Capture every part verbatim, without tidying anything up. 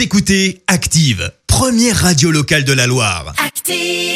Vous écoutez Active, première radio locale de la Loire. Active!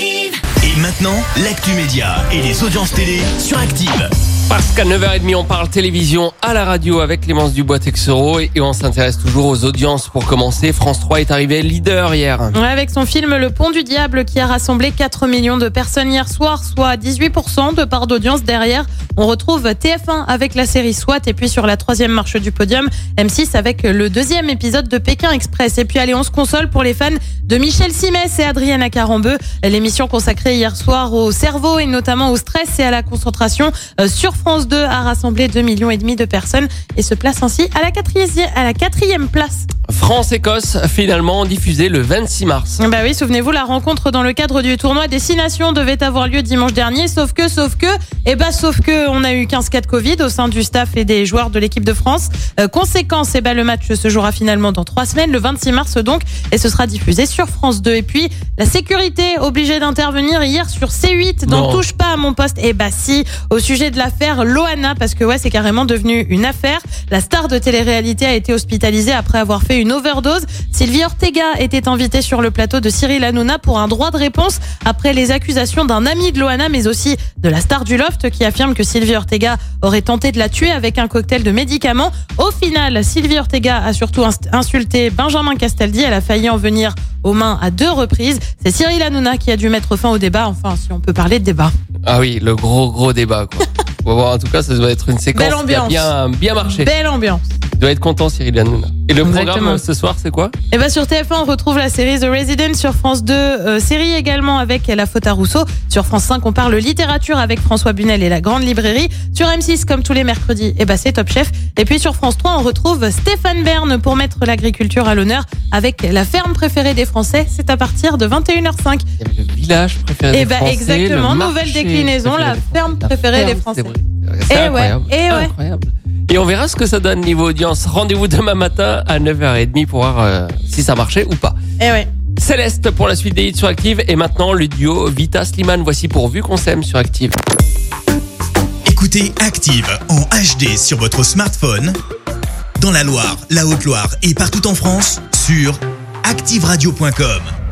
Et maintenant, l'actu média et les audiences télé sur Active. Parce qu'à neuf heures trente, on parle télévision à la radio avec Clémence Dubois-Texero et on s'intéresse toujours aux audiences. Pour commencer, France trois est arrivé leader hier. Ouais, avec son film Le Pont du Diable qui a rassemblé quatre millions de personnes hier soir, soit dix-huit pour cent de part d'audience. Derrière, on retrouve T F un avec la série SWAT et puis sur la troisième marche du podium, M six avec le deuxième épisode de Pékin Express. Et puis allez, on se console pour les fans de Michel Simès et Adriana Carambeu. L'émission consacrée hier soir au cerveau et notamment au stress et à la concentration sur France deux a rassemblé deux millions et demi de personnes et se place ainsi à la quatrième, à la quatrième place. France-Écosse, finalement diffusée le vingt-six mars. Bah oui, souvenez-vous, la rencontre dans le cadre du tournoi Destination devait avoir lieu dimanche dernier, sauf que, sauf que, et bah sauf que, on a eu quinze cas de Covid au sein du staff et des joueurs de l'équipe de France. Euh, conséquence, et bah le match se jouera finalement dans trois semaines, le vingt-six mars donc, et ce sera diffusé sur France deux. Et puis, la sécurité obligée d'intervenir hier sur C huit, n'en touche pas à mon poste. Et bah si, au sujet de l'affaire Loana, parce que ouais, c'est carrément devenu une affaire. La star de télé-réalité a été hospitalisée après avoir fait une overdose. Sylvie Ortega était invitée sur le plateau de Cyril Hanouna pour un droit de réponse après les accusations d'un ami de Loana, mais aussi de la star du Loft qui affirme que Sylvie Ortega aurait tenté de la tuer avec un cocktail de médicaments. Au final, Sylvie Ortega a surtout insulté Benjamin Castaldi. Elle a failli en venir aux mains à deux reprises. C'est Cyril Hanouna qui a dû mettre fin au débat, enfin si on peut parler de débat. Ah oui, le gros gros débat quoi. On va voir, en tout cas, ça doit être une séquence qui a bien, bien marché. Belle ambiance. Il doit être content, Cyril Hanouna. Et le Exactement. programme ce soir, c'est quoi? Et bah sur T F un, on retrouve la série The Resident. Sur France deux, euh, série également avec La Faute à Rousseau. Sur France cinq, on parle littérature avec François Bunel et La Grande Librairie. Sur M six, comme tous les mercredis, et bah c'est Top Chef. Et puis sur France trois, on retrouve Stéphane Bern pour mettre l'agriculture à l'honneur avec La Ferme préférée des Français. C'est à partir de vingt et une heures cinq. Il y avait le village préféré et des bah Français. exactement, nouvelle déclinaison, La Ferme préférée des Français. C'est et incroyable. Ouais, et ouais. incroyable. Et on verra ce que ça donne niveau audience. Rendez-vous demain matin à neuf heures trente pour voir euh, si ça marchait ou pas. Et ouais. Céleste pour la suite des hits sur Active. Et maintenant, le duo Vita Slimane. Voici pour Vu qu'on s'aime sur Active. Écoutez Active en H D sur votre smartphone, dans la Loire, la Haute-Loire et partout en France, sur active radio point com.